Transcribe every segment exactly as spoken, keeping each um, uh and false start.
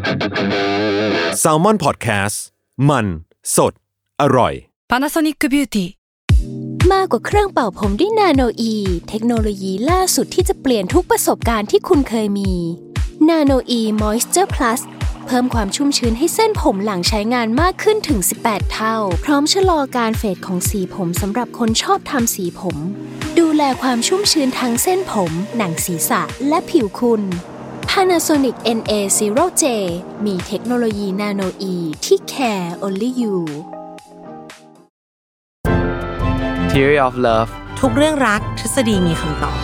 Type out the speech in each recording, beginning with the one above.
Salmon Podcast มันสดอร่อย Panasonic Beauty มากกว่าเครื่องเป่าผมด้วยนาโนอีเทคโนโลยีล่าสุดที่จะเปลี่ยนทุกประสบการณ์ที่คุณเคยมีนาโนอีมอยส์เจอร์พลัสเพิ่มความชุ่มชื้นให้เส้นผมหลังใช้งานมากขึ้นถึงสิบแปดเท่าพร้อมชะลอการเฟดของสีผมสำหรับคนชอบทำสีผมดูแลความชุ่มชื้นทั้งเส้นผมหนังศีรษะและผิวคุณ Panasonic เอ็น เอ ศูนย์ เจ มีเทคโนโลยีนาโนอีที่ care only you Theory of Love ทุกเรื่องรักทฤษฎีมีคำตอบ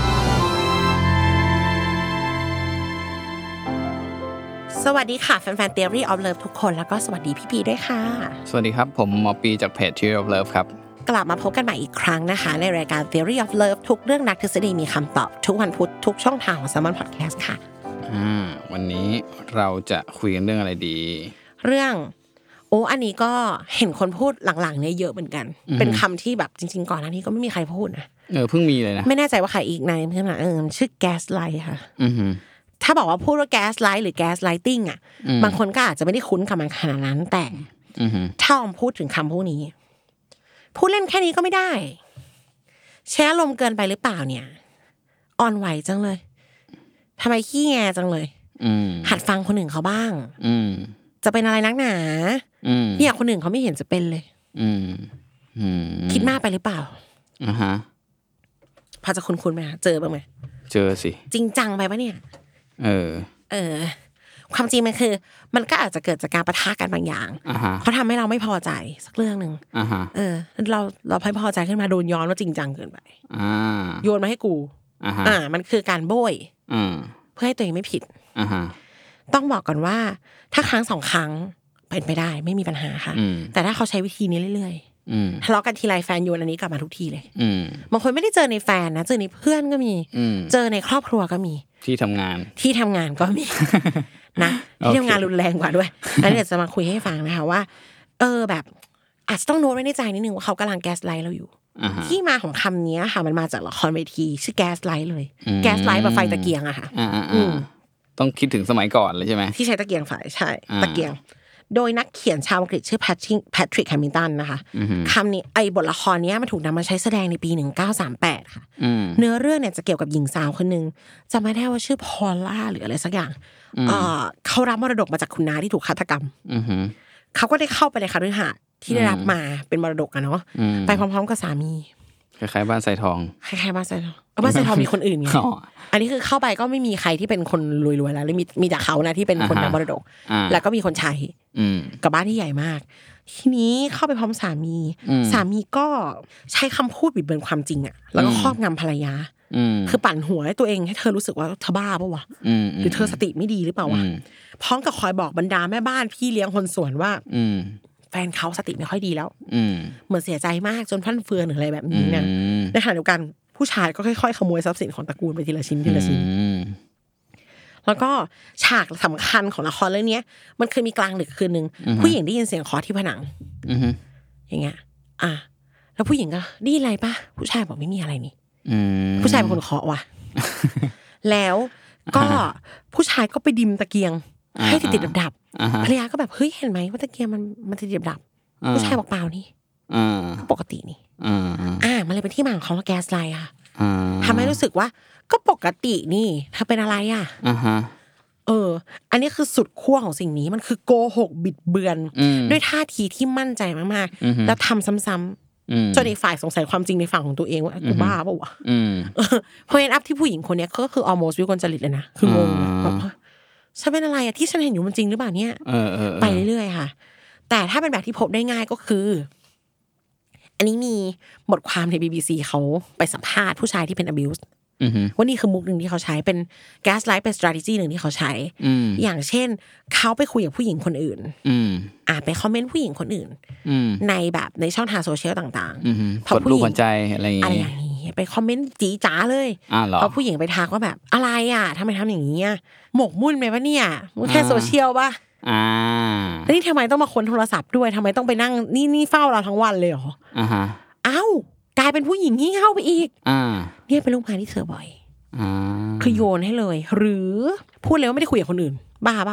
สวัสดีค่ะแฟนๆ Theory of Love ทุกคนแล้วก็สวัสดีพี่พีด้วยค่ะสวัสดีครับผมหมอปีจากเพจ Theory of Love ครับกลับมาพบกันใหม่อีกครั้งนะคะในรายการ Theory of Love ทุกเรื่องรักทฤษฎีมีคำตอบทุกวันพุธทุกช่องทางของ Salmon Podcast ค่ะอ่าวันนี้เราจะคุยกันเรื่องอะไรดีเรื่องโอ้อันนี้ก็เห็นคนพูดหลังๆเนี่ยเยอะเหมือนกันเป็นคำที่แบบจริงๆก่อนหน้านี้ก็ไม่มีใครพูดนะเออเพิ่งมีเลยนะไม่แน่ใจว่าใครอีกในเพื่อนๆเออชื่อ gaslight ค่ะอือฮึถ้าบอกว่าพูดว่า gaslight หรือ gaslighting อ่ะบางคนก็อาจจะไม่ได้คุ้นกับมันขนาดนั้นแต่ถ้าออมพูดถึงคำพวกนี้พูดเล่นแค่นี้ก็ไม่ได้แช่ลมเกินไปหรือเปล่าเนี่ยอ่อนไหวจังเลยทำไมขี้แงจังเลยหัดฟังคนอื่นเขาบ้างจะเป็นอะไรนักหนาเนี่ยคนอื่นเขาไม่เห็นจะเป็นเลยคิดมากไปหรือเปล่าอ่าฮะพอจะคุ้นๆไหมเจอบ้างไหมเจอสิจริงจังไปปะเนี่ยเออเออความจริงมันคือมันก็อาจจะเกิดจากการปะทะกันบางอย่างเขาทำให้เราไม่พอใจสักเรื่องนึงเออเราเราไม่พอใจขึ้นมาโดนย้อนว่าจริงจังเกินไปโยนมาให้กูอ่ามันคือการโบยเพื่อให้ตัวเองไม่ผิดต้องบอกก่อนว่าถ้าครั้งสองครั้งเป็นไปได้ไม่มีปัญหาค่ะแต่ถ้าเขาใช้วิธีนี้เรื่อยๆทะเลาะกันทีไรแฟนโยนอันนี้กลับมาทุกทีเลยบางคนไม่ได้เจอในแฟนนะเจอในเพื่อนก็มีเจอในครอบครัวก็มีที่ทำงานที่ทำงานก็มีนะที่ทำงานรุนแรงกว่าด้วยอันนี้จะมาคุยให้ฟังนะคะว่าเออแบบอาจจะต้องโน้ตไว้ในใจนิดนึงว่าเขากำลังแก๊สไลท์เราอยู่ที่มาของคำนี้ค่ะมันมาจากละครเวทีชื่อแก๊สไลท์เลยแก๊สไลท์แบบไฟตะเกียงอะค่ะต้องคิดถึงสมัยก่อนเลยใช่ไหมที่ใช้ตะเกียงไฟใช่ตะเกียงโดยนักเขียนชาวอังกฤษชื่อแพทริกแพทริกแฮมิลตันนะคะคำนี้ไอ้บทละครนี้มันถูกนำมาใช้แสดงในปีหนึ่งพันเก้าร้อยสามสิบแปดค่ะเนื้อเรื่องเนี่ยจะเกี่ยวกับหญิงสาวคนนึงจำไม่ได้ว่าชื่อพอลล่าหรืออะไรสักอย่างเอ่อเขารับมรดกมาจากคุณน้าที่ถูกฆาตกรรมเขาก็ได้เข้าไปในคฤหาสน์ที่ได้รับมาเป็นมรดกอะเนาะไปพร้อมๆกับสามีคล้ายๆบ้านไซทองคล้ายๆบ้านไซทองบ้านไซทองมีคนอื่นไงอันนี้คือเข้าไปก็ไม่มีใครที่เป็นคนรวยๆแล้วมีมีแต่เขานะที่เป็นคนนำมรดกแล้วก็มีคนใช้กับบ้านที่ใหญ่มากทีนี้เข้าไปพร้อมสามีสามีก็ใช้คำพูดบิดเบือนความจริงอ่ะแล้วก็ครอบงำภรรยาคือปั่นหัวให้ตัวเองให้เธอรู้สึกว่าเธอบ้าป่ะวะหรือเธอสติไม่ดีหรือเปล่าวะพร้อมกับคอยบอกบรรดาแม่บ้านพี่เลี้ยงคนสวนว่าแฟนเขาสติไม่ค่อยดีแล้วเหมือนเสียใจมากจนพันเฟือนหรืออะไรแบบนี้นะในขณะเดียวกันผู้ชายก็ค่อยๆขโมยทรัพย์สินของตระกูลไปทีละชิ้นทีละชิ้นแล้วก็ฉากสำคัญของละครเรื่องนี้มันเคยมีกลางดึกคืนนึงผู้หญิงได้ยินเสียงเคาะที่ผนังอย่างเงี้ยอ่ะแล้วผู้หญิงก็ได้ยินอะไรป่ะผู้ชายบอกไม่มีอะไรนี่ผู้ชายเป็นคนเคาะว่ะแล้วก็ผู้ชายก็ไปดิมตะเกียงให้ติดๆดับๆภรรยาก็แบบเฮ้ยเห็นไหมว่าตะเกียงมันมันติดๆดับๆผู้ชายบอกเปล่านี่ปกตินี่อ่ามันเลยเป็นที่มาของคำว่าแก๊สไลท์ค่ะทำให้รู้สึกว่าก็ปกตินี่เธอเป็นอะไรอ่ะเอออันนี้คือสุดขั้วของสิ่งนี้มันคือโกหกบิดเบือนด้วยท่าทีที่มั่นใจมากๆแล้วทำซ้ำๆจนอีกฝ่ายสงสัยความจริงในฝั่งของตัวเองว่ากูบ้าเปล่าวะเพราะเอ็นอัพที่ผู้หญิงคนนี้ก็คือ almost วิกลจริตเลยนะคืองงแบบฉันเป็นอะไรอ่ะที่ฉันเห็นอยู่มันจริงหรือเปล่าเนี่ยไปเรื่อยๆค่ะแต่ถ้าเป็นแบบที่พบได้ง่ายก็คืออันนี้มีบทความใน บี บี ซี เขาไปสัมภาษณ์ผู้ชายที่เป็น abuse ว่านี่คือมุกหนึ่งที่เขาใช้เป็น gaslight เป็น strategy หนึ่งที่เขาใช้อย่างเช่นเขาไปคุยกับผู้หญิงคนอื่นอ่าไปคอมเมนต์ผู้หญิงคนอื่นในแบบในช่องทางโซเชียลต่างๆพอผู้หญิงหัวใจอะไรอย่างงี้ไปคอมเมนต์จี๋จ๋าเลยพอผู้หญิงไปทักว่าแบบอะไรอ่ะทำไมทำอย่างนี้หมกมุ่นไหมวะเนี่ยมันแค่โซเชียลป่ะอ่าแล้วนี่ทำไมต้องมาค้นโทรศัพท์ด้วยทำไมต้องไปนั่งนี่นี่เฝ้าเราทั้งวันเลยเหรออ่าฮะอ้าวกลายเป็นผู้หญิงงี่เง่าไปอีกอ่าเนี่ยเป็นลูกค้าที่เธอบ่อยอ่าคือโยนให้เลยหรือพูดเลยว่าไม่ได้คุยกับคนอื่นบ้าเปล่า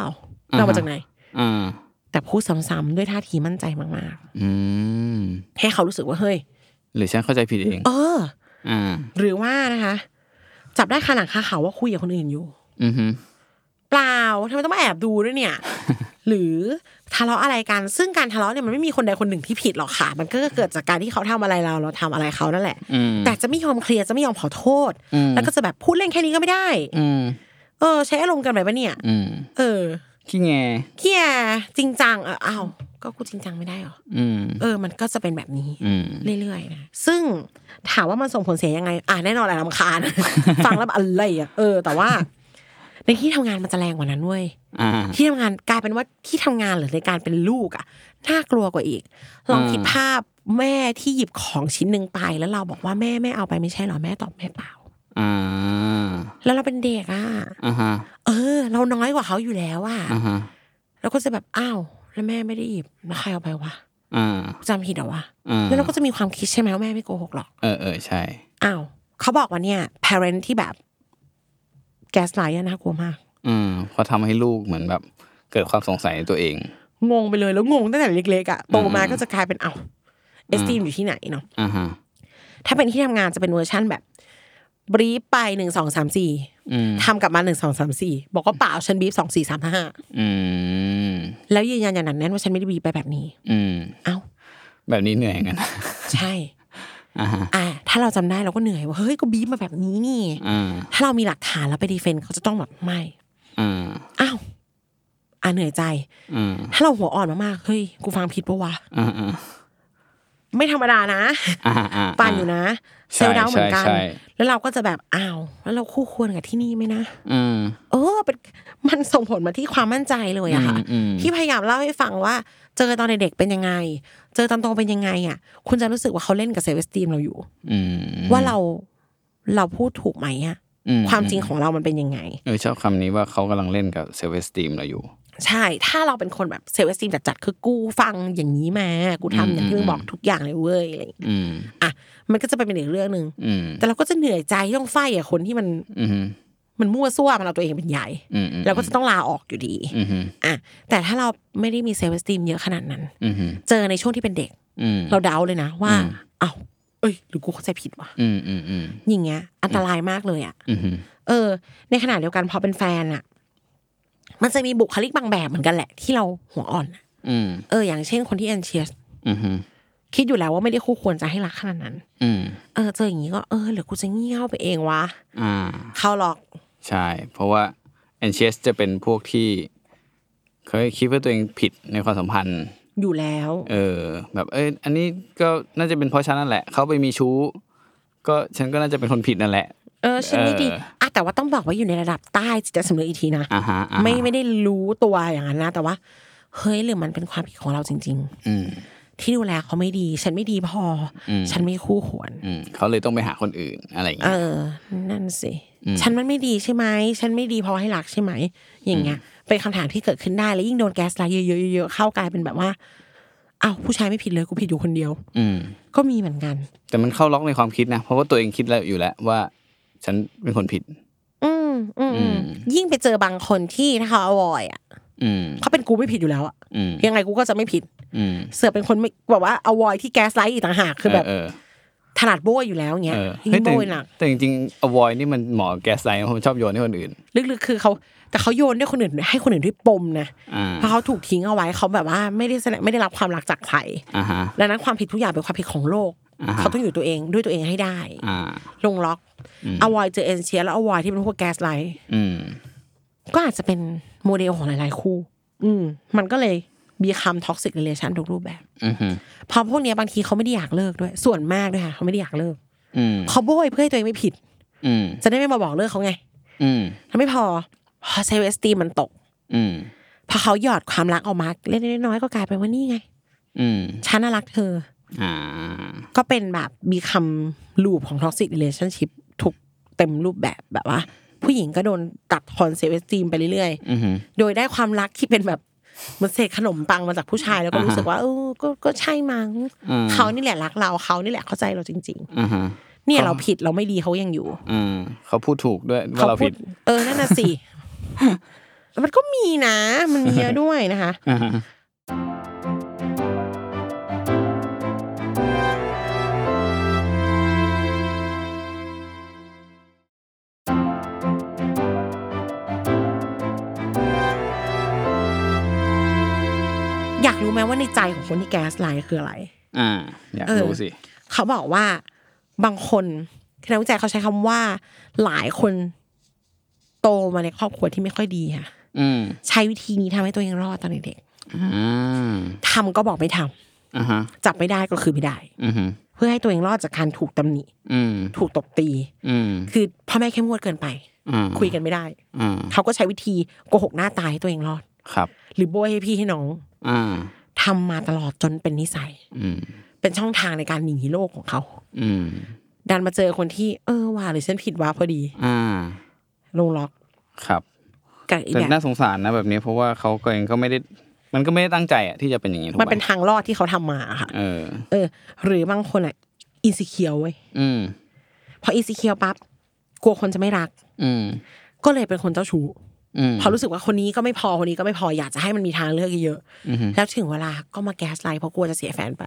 เรามาจากไหนอ่าแต่พูดซ้ำๆด้วยท่าทีมั่นใจมากๆอืมให้เขารู้สึกว่าเฮ้ยหรือฉันเข้าใจผิดเองเอออ่าหรือว่านะคะจับได้คาหนังคาเขาว่าคุยกับคนอื่นอยู่อือฮึเปล่าทำไมต้องมาแอบดูด้วยเนี่ย หรือทะเลาะอะไรกันซึ่งการทะเลาะเนี่ยมันไม่มีคนใดคนหนึ่งที่ผิดหรอกค่ะมันก็เกิดจากการที่เขาทำอะไรเราเราทำอะไรเขานั่นแหละแต่จะไม่ยอมเคลียร์จะไม่ยอมขอโทษแล้วก็จะแบบพูดเล่นแค่นี้ก็ไม่ได้เออใช้อารมณ์กันไปปะเนี่ยเออขี้แงขี้แงจริงจังเอออ้าวก็กูจริงจังไม่ได้หรอเออมันก็จะเป็นแบบนี้เรื่อยๆนะซึ่งถามว่ามันส่งผลเสียยังไงอ่ะแน่นอนแหละรำคาญ ฟังแล้วอะไรอ่ะเออแต่ว่าในที่ทำงานมันจะแรงกว่านั้นเว้ยที่ทำงานกลายเป็นว่าที่ทำงานหรือในการเป็นลูกอ่ะน่ากลัวกว่าอีกลองคิดภาพแม่ที่หยิบของชิ้นนึงไปแล้วเราบอกว่าแม่แม่เอาไปไม่ใช่หรอแม่ตอบแม่เปล่าอ่าแล้วเราเป็นเด็กอ่ะอ่าฮะเออเราน้อยกว่าเขาอยู่แล้วอ่ะอ่าฮะเราก็จะแบบอ้าวแล้วแม่ไม่ได้หยิบแล้วใครเอาไปวะอ่าจำผิดเหรอวะแล้วเราก็จะมีความคิดใช่ไหมว่าแม่ไม่โกหกหรอกเออเออใช่อ้าวเขาบอกว่าเนี่ย parent ที่แบบแกสไลท์น่ากลัวมากอืมเพราะทำให้ลูกเหมือนแบบเกิดความสงสัยในตัวเองงงไปเลยแล้วงงตั้งแต่เล็กๆอ่ะโตมาก็จะกลายเป็นเอ้าเอสตีมอยู่ที่ไหนเนาะอ่าฮะถ้าเป็นที่ทำงานจะเป็นเวอร์ชั่นแบบบรีฟไปหนึ่งสองสามสี่ทำกลับมาหนึ่งสองสามสี่บอกว่าเปล่าฉันบรีฟสองสี่สามห้าแล้วยืนยันอย่างนั้นแน่นว่าฉันไม่ได้บรีฟไปแบบนี้เอ้าแบบนี้เหนื่อยกันใช่อ่าถ้าเราจำได้เราก็เหนื่อยว่าเฮ้ยก็บรีฟมาแบบนี้นี่ถ้าเรามีหลักฐานแล้วไปดีเฟนต์เขาจะต้องแบบไม่อ้าวอ่าเหนื่อยใจถ้าเราหัวอ่อนมากๆเฮ้ยกูฟังผิดปะวะไม่ธรรมดานะปั่นอยู่นะเซลล์ดาวเหมือนกันแล้วเราก็จะแบบอ้าวแล้วเราคู่ควรกับที่นี่ไหมนะเออเป็นมันส่งผลมาที่ความมั่นใจเลยอะค่ะที่พยายามเล่าให้ฟังว่าเจอตอนเด็กเป็นยังไงเจอตอนโตเป็นยังไงอะคุณจะรู้สึกว่าเขาเล่นกับเซลล์เอสตีมเราอยู่ว่าเราเราพูดถูกไหมอะความจริงของเรามันเป็นยังไงเออชอบคำนี้ว่าเขากำลังเล่นกับเซลล์เอสตีมเราอยู่ใช่ถ้าเราเป็นคนแบบเซลล์เอสตีมจัดๆคือกูฟังอย่างนี้มากูทำอย่างที่มึงบอกทุกอย่างเลยเว้ยอะไรอย่างเงี้ยอ่ะมันก็จะไปเป็นอีกเรื่องนึงแต่เราก็จะเหนื่อยใจต้องไฟอ่ะคนที่มันมันมั่วซั่วมันเอาตัวเองเป็นใหญ่เราก็จะต้องลาออกอยู่ดีอ่ะแต่ถ้าเราไม่ได้มีเซลล์เอสตีมเยอะขนาดนั้นเจอในช่วงที่เป็นเด็กเราเดาเลยนะว่าอ้าวเอ้ยหรือกูเข้าใจผิดวะอย่างเงี้ยอันตรายมากเลยอ่ะเออในขณะเดียวกันพอเป็นแฟนอ่ะมันจะมีบุคลิกบางแบบเหมือนกันแหละที่เราหัวอ่อนเอออย่างเช่นคนที่แอนเชียสคิดอยู่แล้วว่าไม่ได้คู่ควรจะให้รักขนาดนั้นเออเจออย่างนี้ก็เออหรือกูจะเงี้ยวไปเองวะเข้าหรอกใช่เพราะว่าแอนเชียสจะเป็นพวกที่เคยคิดว่าตัวเองผิดในความสัมพันธ์อยู่แล้วเออแบบเอ้ยอันนี้ก็น่าจะเป็นเพราะฉันนั่นแหละเขาไปมีชู้ก็ฉันก็น่าจะเป็นคนผิดนั่นแหละเออฉันไม่ดีอ่ะแต่ว่าต้องบอกว่าอยู่ในระดับใต้จิตสำนึกอีกทีนะไม่ไม่ได้รู้ตัวอย่างนั้นนะแต่ว่าเฮ้ยหรือมันเป็นความผิดของเราจริงๆที่ดูแลเขาไม่ดีฉันไม่ดีพอฉันไม่คู่ควรเขาเลยต้องไปหาคนอื่นอะไรอย่างเงี้ยเออนั่นสิฉันมันไม่ดีใช่ไหมฉันไม่ดีพอให้รักใช่ไหมอย่างเงี้ยเป็นคำถามที่เกิดขึ้นได้แล้วยิ่งโดนแก๊สไลท์เยอะๆๆเข้ากลายเป็นแบบว่าอ้าวผู้ชายไม่ผิดเลยกูผิดอยู่คนเดียวก็มีเหมือนกันแต่มันเข้าล็อกในความคิดนะเพราะว่าตัวเองคิดแล้วอยู่แล้วว่าฉันเป็นคนผิดอืมอืมยิ่งไปเจอบางคนที่ถ้าเขาอวอยอ่ะเขาเป็นกูไม่ผิดอยู่แล้วอ่ะยังไงกูก็จะไม่ผิดเสือเป็นคนไม่แบบว่าอวอยที่แก๊สไลท์อีกต่างหากคือแบบถนัดโบยอยู่แล้วเงี้ยยิ่งโบยหนักแต่จริงๆอวอยนี่มันหมอแก๊สไลท์เขาชอบโยนให้คนอื่นลึกๆคือเขาแต่เขาโยนให้คนอื่นให้คนอื่นด้วยปมนะเพราะเขาถูกทิ้งเอาไว้เขาแบบว่าไม่ได้ไม่ได้รับความรักจากใครดังนั้นความผิดทุกอย่างเป็นความผิดของโลกเขาต้องอยู่ตัวเองด้วยตัวเองให้ได้ลงล็อกอวอยเจอเอนเชียแล้วอวอยที่เป็นพวกแก๊สไลท์ก็อาจจะเป็นโมเดลของหลายๆคู่อืมมันก็เลยมีคำท็อกซิกเรเลชั่นทุกรูปแบบพอพวกนี้บางทีเขาไม่ได้อยากเลิกด้วยส่วนมากด้วยค่ะเขาไม่ได้อยากเลิกเขาโบยเพื่อให้ตัวเองไม่ผิดจะได้ไม่มาบอกเลิกเขาไงถ้าไม่พอพอเซลล์เอสตีมันตกพอเขาหยอดความรักออกมาเล็กๆน้อยๆก็กลายเป็นว่านี่ไงฉันน่ารักเธอก็เป็นแบบมีคำลูปของ toxic relationship ทุกเต็มรูปแบบแบบว่าผู้หญิงก็โดนตัดทอนเซลล์เอสตีมไปเรื่อยๆโดยได้ความรักที่เป็นแบบเหมือนเศษขนมปังมาจากผู้ชายแล้วก็รู้สึกว่าเออก็ก็ใช่มั้งเขานี่แหละรักเราเขานี่แหละเข้าใจเราจริงๆเนี่ยเราผิดเราไม่ดีเขายังอยู่เขาพูดถูกด้วยว่าเราผิดเออนั่นน่ะสิมันก็มีนะมันมีเยอะด้วยนะคะอยากรู้ไหมว่าในใจของคนที่แก๊สไลน์คืออะไรอ่าอยากรู้สิเขาบอกว่าบางคนที่นักวิจัยเขาใช้คำว่าหลายคนโตมาในครอบครัวที่ไม่ค่อยดีค่ะใช้วิธีนี้ทำให้ตัวเองรอดตอนเด็กๆทำก็บอกไม่ทำจับไม่ได้ก็คือไม่ได้เพื่อให้ตัวเองรอดจากการถูกตำหนิถูกตบตีคือพ่อแม่เข้มงวดเกินไปคุยกันไม่ได้เขาก็ใช้วิธีโกหกหน้าตายให้ตัวเองรอดหรือโบยให้พี่ให้น้องทำมาตลอดจนเป็นนิสัยเป็นช่องทางในการหนีโลกของเขาดันมาเจอคนที่เออว่าหรือฉันผิดว่าพอดีลงล็อกครับแต่น่าสงสารนะแบบนี้เพราะว่าเขาก็เองก็ไม่ได้มันก็ไม่ได้ตั้งใจอ่ะที่จะเป็นอย่างนี้ถูกไหมมันเป็นทางรอดที่เขาทำมาค่ะเออเออหรือบางคนอ่ะอินซิเคียวเว้ยพออินซิเคียวปั๊บกลัวคนจะไม่รักก็เลยเป็นคนเจ้าชู้พอรู้สึกว่าคนนี้ก็ไม่พอคนนี้ก็ไม่พออยากจะให้มันมีทางเลือกเยอะๆแล้วถึงเวลาก็มาแก๊สไลท์เพราะกลัวจะเสียแฟนไป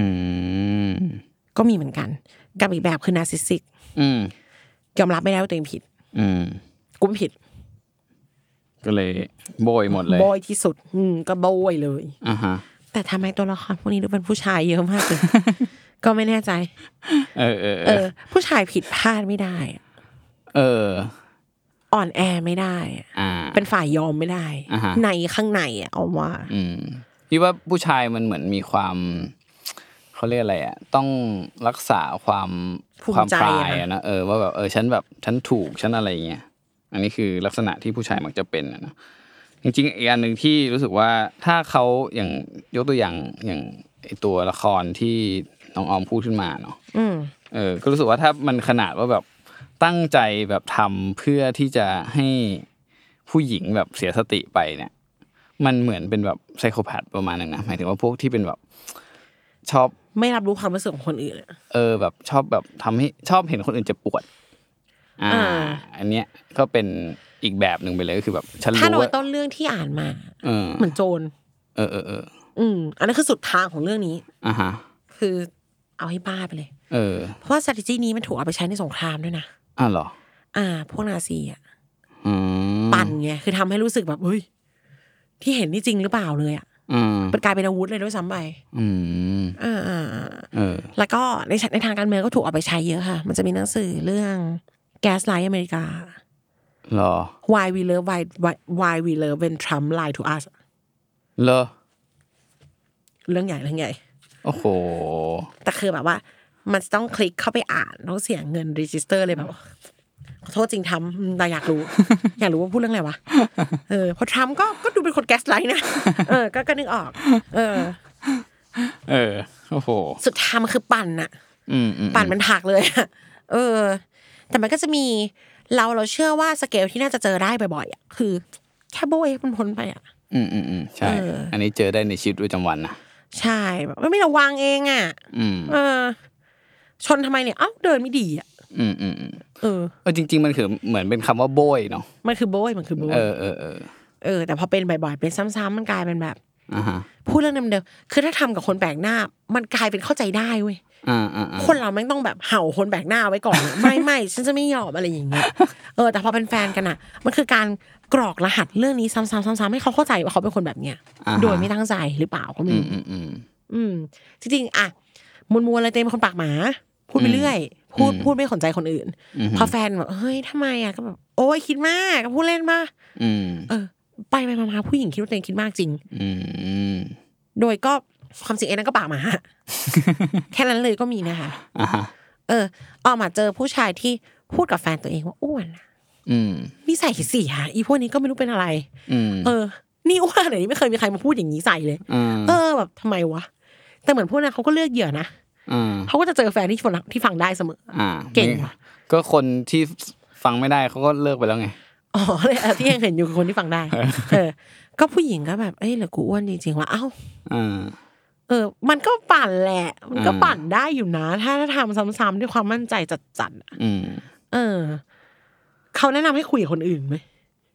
ก็มีเหมือนกันกับอีกแบบคือนาร์ซิสซิกยอมรับไม่ได้ว่าตัวเองผิดกูไม่ผิดก็เลยโบยหมดเลยโบยที่สุดก็โบยเลยอ่าฮะแต่ทำไมตัวละครพวกนี้ดูเป็นผู้ชายเยอะมากเลยก็ไม่แน่ใจเออเออเออผู้ชายผิดพลาดไม่ได้เอออ่อนแอไม่ได้อ่าเป็นฝ่ายยอมไม่ได้ในข้างในอ่ะเอาว่าอืมพี่ว่าผู้ชายมันเหมือนมีความเขาเรียกอะไรอ่ะต้องรักษาความความพรายอ่ะนะเออว่าแบบเออฉันแบบฉันถูกฉันอะไรเงี้ยอันนี้คือลักษณะที่ผู้ชายมักจะเป็นนะจริงๆอีกอันหนึ่งที่รู้สึกว่าถ้าเขาอย่างยกตัวอย่างอย่างไอตัวละครที่น้องออมพูดขึ้นมาเนาะเออก็รู้สึกว่าถ้ามันขนาดว่าแบบตั้งใจแบบทำเพื่อที่จะให้ผู้หญิงแบบเสียสติไปเนี่ยมันเหมือนเป็นแบบไซโคแพธประมาณนึงนะหมายถึงว่าพวกที่เป็นแบบชอบไม่รับรู้ความรู้สึกของคนอื่นเออแบบชอบแบบทำให้ชอบเห็นคนอื่นเจ็บปวดอ่าอันเนี้ยก็เป็นอีกแบบหนึ่งไปเลยก็คือแบบฉันรู้ว่าถ้าโดยต้นเรื่องที่อ่านมาเหมือนโจรเออเออเอออืมอันนั้นคือสุดทางของเรื่องนี้อ่าฮะคือเอาให้บ้าไปเลยเออเพราะว่า strategy นี้มันถูกเอาไปใช้ในสงครามด้วยนะอ้าวเหรออ่าพวกนาซีอ่ะปั่นไงคือทำให้รู้สึกแบบเฮ้ยที่เห็นนี่จริงหรือเปล่าเลยอ่ะเป็นกลายเป็นอาวุธเลยด้วยซ้ำไปอืมอ่าอ่าเออแล้วก็ในในทางการเมืองก็ถูกเอาไปใช้เยอะค่ะมันจะมีหนังสือเรื่องGaslight อเมริกาเหรอ Why we love why why we love when Trump lie to us เหรอเรื่องใหญ่เรื่องใหญ่โอ้โหแต่คือแบบว่ามันต้องคลิกเข้าไปอ่านต้องเสียเงินรีจิสเตอร์เลยแบบขอโทษจริงทำแต่อยากรู้ อยากรู้ว่าพูดเรื่องอะไรวะเออเพราะทรัมป์ก็ก็ดูเป็นคนแก๊สไลท์นะเออก็ก็นึกออกเออเออโอ้โหสุดท้ายมันคือปั่นน่ะปั่นมันถักเลยเออแต่มันก็จะมีเราเราเชื่อว่าสเกลที่น่าจะเจอได้บ่อยๆอ่ะคือแค่โบยมันพ้นไปอ่ะอืมอืมอืมใช่อันนี้เจอได้ในชีวิตประจำวันนะใช่แบบไม่ระวังเองอ่ะเออชนทำไมเนี่ยเอ้าเดินไม่ดีอ่ะอืมอืมเออเออจริงๆมันคือเหมือนเป็นคำว่าโบยเนาะมันคือโบยมันคือโบยเออเออเออเออแต่พอเป็นบ่อยๆเป็นซ้ำๆมันกลายเป็นแบบพูดเรื่องเดิมๆคือถ้าทำกับคนแปลกหน้ามันกลายเป็นเข้าใจได้เว้ยคนเราไม่ต้องแบบเห่าคนแปลกหน้าไว้ก่อนไม่ไม่ฉันจะไม่ยอมอะไรอย่างเงี้ยเออแต่พอเป็นแฟนกันอ่ะมันคือการกรอกรหัสเรื่องนี้ซ้ำๆๆๆให้เขาเข้าใจว่าเขาเป็นคนแบบเนี้ยโดยไม่ตั้งใจหรือเปล่าก็ไม่รู้อืมจริงๆอ่ะมวลๆอะไรเต็มเป็นคนปากหมาพูดไปเรื่อยพูดพูดไม่สนใจคนอื่นพอแฟนแบบเฮ้ยทำไมอ่ะก็แบบโอ้ยคิดมากก็พูดเล่นมาเออไปไปมาๆผู้หญิงคิดว่าตัวเองคิดมากจริงโดยก็ความจริงเองนั่นก็ปากหมาแค่นั้นเลยก็มีนะคะเออออกมาเจอผู้ชายที่พูดกับแฟนตัวเองว่าอ้วนนิสัยเสียอีพวกนี้ก็ไม่รู้เป็นอะไรเออนี่อ้วนไหนไม่เคยมีใครมาพูดอย่างนี้ใส่เลยเออแบบทำไมวะแต่เหมือนพวกนั้นเขาก็เลือกเหยื่อนะเขาก็จะเจอแฟนที่ฟังที่ฟังได้เสมอเก่งก็คนที่ฟังไม่ได้เขาก็เลิกไปแล้วไงอ๋อเลยที่ยังเห็นอยู่คนที่ฟังได้เออก็ผู้หญิงก็แบบเอ้ยหรือกูอ้วนจริงๆวะเอ้าเออมันก็ปั่นแหละมันก็ปั่นได้อยู่นะถ้าถ้าทำซ้ำๆด้วยความมั่นใจจัดๆเออเขาแนะนำให้คุยกับคนอื่นไหม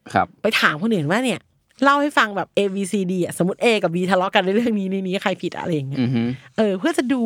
ครับไปถามคนอื่นว่าเนี่ยเล่าให้ฟังแบบ A B C D อ่ะสมมุติ A กับ B ทะเลาะกันในเรื่องนี้ในนี้ใครผิดอะไรอย่างเงี้ยเออเพื่อจะดู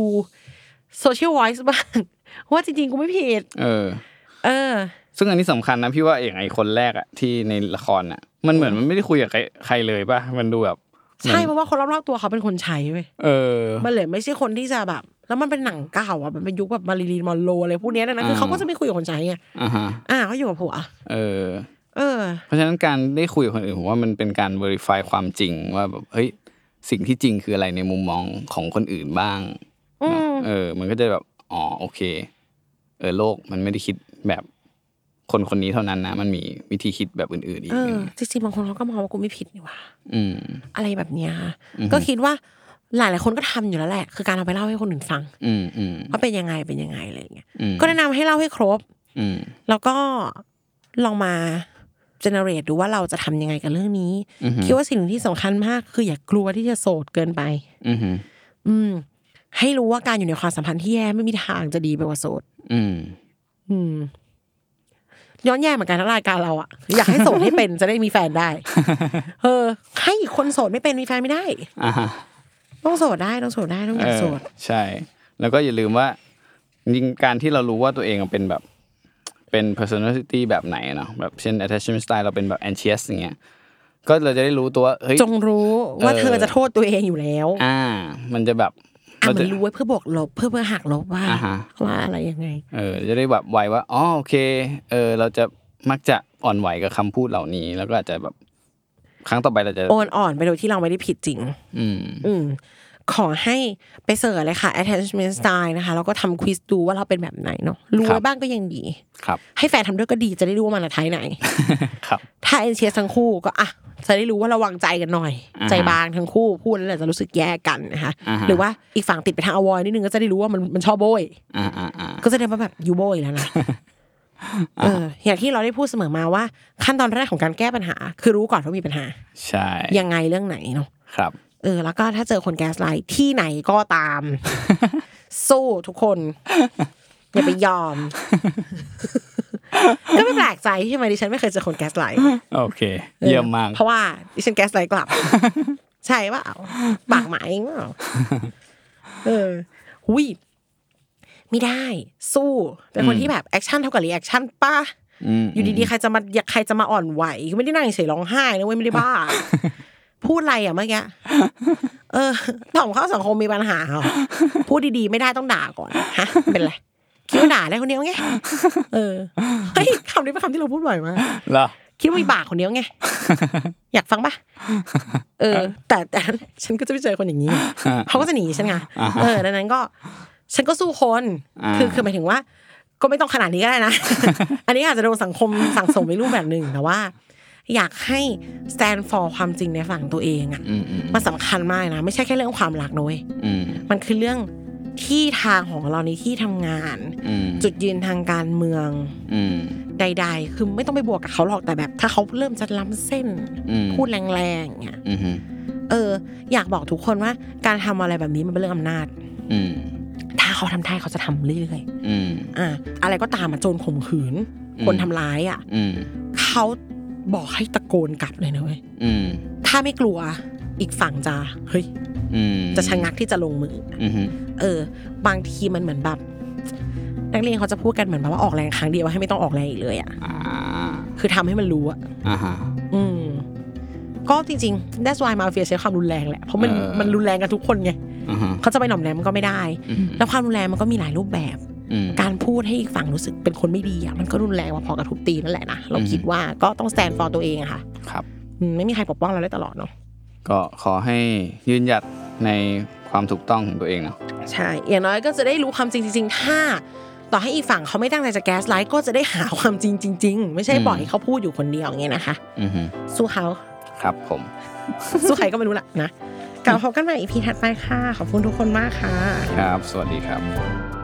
social voice บ้างว่าจริงๆกูไม่ผิดเออเออซึ่งอันนี้สำคัญนะพี่ว่าอย่างไอ้คนแรกอ่ะที่ในละครน่ะมันเหมือนมันไม่ได้คุยกับใครเลยป่ะมันดูแบบใช่เพราะว่าคนรอบๆตัวเขาเป็นคนใช้เว้ยเออมันเลยไม่ใช่คนที่จะแบบแล้วมันเป็นหนังเก่าอ่ะมันเป็นยุคแบบมาริลีนมอนโรอะไรพวกนี้นะคือเขาก็จะไม่คุยกับคนใช้ไงอ่าฮะอ่าเขาอยู่กับผัวเออเออเพราะฉะนั้นการได้คุยกับคนอื่นผมว่ามันเป็นการ verify ความจริงว่าแบบเฮ้ยสิ่งที่จริงคืออะไรในมุมมองของคนอื่นบ้างเออมันก็จะแบบอ๋อโอเคเออโลกมันไม่ได้คิดแบบคนคนนี้เท่านั้นนะมันมีวิธีคิดแบบอื่นๆอีกเออจริงๆบางคนเขาก็มองว่ากูไม่ผิดนี่หว่าอืมอะไรแบบเนี้ยก็คิดว่าหลายๆคนก็ทำอยู่แล้วแหละคือการเอาไปเล่าให้คนอื่นฟังอืมอืมว่าเป็นยังไงเป็นยังไงอะไรอย่างเงี้ยก็แนะนำให้เล่าให้ครบอืมแล้วก็ลองมาเจเนเรตดูว่าเราจะทำยังไงกับเรื่องนี้คิดว่าสิ่งที่สำคัญมากคืออย่ากลัวที่จะโสดเกินไปอืมอืมให้รู้ว่าการอยู่ในความสัมพันธ์ที่แย่ไม่มีทางจะดีไปกว่าโสดอืมอืมย้อนแย่เหมือนกันทั้งรายการเราอ่ะอยากให้โสดให้เป็นจะได้มีแฟนได้เออให้คนโสดไม่เป็นมีแฟนไม่ได้อ่าต้องโสดได้ต้องโสดได้ต้องอยากโสดใช่แล้วก็อย่าลืมว่าจริงการที่เรารู้ว่าตัวเองเป็นแบบเป็น personality แบบไหนเนาะแบบเช่น attachment style เราเป็นแบบ anxious อย่างเงี้ยก็เราจะได้รู้ตัวเฮ้ยจงรู้ว่าเธอจะโทษตัวเองอยู่แล้วอ่ามันจะแบบเราจะรู้ไว้เพื่อบวกลบเพื่อเพื่อหักลบว่าว่าอะไรยังไงเออจะได้แบบไวว่าอ๋อโอเคเออเราจะมักจะอ่อนไหวกับคำพูดเหล่านี้แล้วก็อาจจะแบบครั้งต่อไปเราจะอ่อนอ่อนไปโดยที่เราไม่ได้ผิดจริงอืมอืมขอให้ไปเสิร์ชเลยค่ะ attachment style นะคะแล้วก็ทำควิซดูว่าเราเป็นแบบไหนเนาะรู้ไว้บ้างก็ยังดีครับให้แฟนทำด้วยก็ดีจะได้รู้ว่ามันอะไทยไหนครับถ้าเอ็นเชียทั้งคู่ก็อ่ะจะได้รู้ว่าระวังใจกันหน่อยใจบางทั้งคู่พูดแล้วจะรู้สึกแย่กันนะคะหรือว่าอีกฝั่งติดไปทางอวอยนิดนึงก็จะได้รู้ว่ามันมันชอบโบยก็จะได้ว่าแบบยูโบยแล้วนะเอออย่างที่เราได้พูดเสมอมาว่าขั้นตอนแรกของการแก้ปัญหาคือรู้ก่อนว่ามีปัญหาใช่ยังไงเรื่องไหนเนาะครับเออแล้วก็ถ้าเจอคนแก๊สไลท์ที่ไหนก็ตามสู้ทุกคนอย่าไปยอมก็ไม่แปลกใจที่ทำไมดิฉันไม่เคยเจอคนแก๊สไลท์โอเคเยี่ยมมากเพราะว่าดิฉันแก๊สไลท์กลับใช่ป่ะปากหมายเปล่าเออหุ้ยไม่ได้สู้เป็นคนที่แบบแอคชั่นเท่ากับรีแอคชั่นป่ะอยู่ดีๆใครจะมาใครจะมาอ่อนไหวไม่ได้นั่งเฉยร้องไห้นะเว้ยไม่ได้บ้าพูดอะไรอ่ะเมื่อกี้เออต่อมเข้าสังคมมีปัญหาเหรอพูดดีๆไม่ได้ต้องด่าก่อนฮะเป็นไรคิดว่าด่าได้คนเดียวไงเออเฮ้ยคำนี้เป็นคำที่เราพูดบ่อยมากเหรอคิดว่ามีบากคนเดียวไงอยากฟังป่ะเออแต่แต่ฉันก็จะไปเจอคนอย่างนี้เขาก็จะหนีฉันไงเออดังนั้นก็ฉันก็สู้คนคือคือหมายถึงว่าก็ไม่ต้องขนาดนี้ก็ได้นะอันนี้อาจจะโดนสังคมสั่งสมในรูปแบบนึงแต่ว่าอยากให้ stand for ความจริงในฝั่งตัวเองอ่ะมันสำคัญมากนะไม่ใช่แค่เรื่องความรักนะเว้ยมันคือเรื่องที่ทางของเราในที่ทำงานจุดยืนทางการเมืองใดๆคือไม่ต้องไปบวกกับเขาหรอกแต่แบบถ้าเขาเริ่มจะล้ำเส้นพูดแรงๆเนี่ยเอออยากบอกทุกคนว่าการทำอะไรแบบนี้มันเป็นเรื่องอำนาจถ้าเขาทำได้เขาจะทำเรื่อยๆอ่าอะไรก็ตามมาโจรข่มขืนคนทำร้ายอ่ะเขาบอกให้ตะโกนกลับเลยนะเว้ยถ้าไม่กลัวอีกฝั่งจะเฮ้ยจะชะงักที่จะลงมือเออบางทีมันเหมือนแบบนักเรียนเขาจะพูดกันเหมือนแบบว่าออกแรงครั้งเดียวให้ไม่ต้องออกแรงอีกเลยอ่ะคือทำให้มันรู้อ่ะอืมก็จริงๆ that's why มาเฟียใช้ความรุนแรงแหละเพราะมันมันรุนแรงกันทุกคนไงเขาจะไปหน่อมแนมมันก็ไม่ได้แล้วความรุนแรงมันก็มีหลายรูปแบบการพูดให้อีกฝั่งรู้สึกเป็นคนไม่ดีอ่ะมันก็รุนแรงพอกับทุบตีนั่นแหละนะเราคิดว่าก็ต้อง stand for ตัวเองอะค่ะครับไม่มีใครปกป้องเราได้ตลอดเนาะก็ขอให้ยืนหยัดในความถูกต้องของตัวเองเนาะใช่อย่างน้อยก็จะได้รู้ความจริงจริงๆถ้าต่อให้อีกฝั่งเขาไม่ตั้งใจจะแก๊สไลท์ก็จะได้หาความจริงจริงๆไม่ใช่ปล่อยเขาพูดอยู่คนเดียวอย่างเงี้ยนะคะสู้เขาครับผมสู้ใครก็ไม่รู้ละนะกลับพบกันใหม่ อี พี ถัดไปค่ะขอบคุณทุกคนมากค่ะครับสวัสดีครับ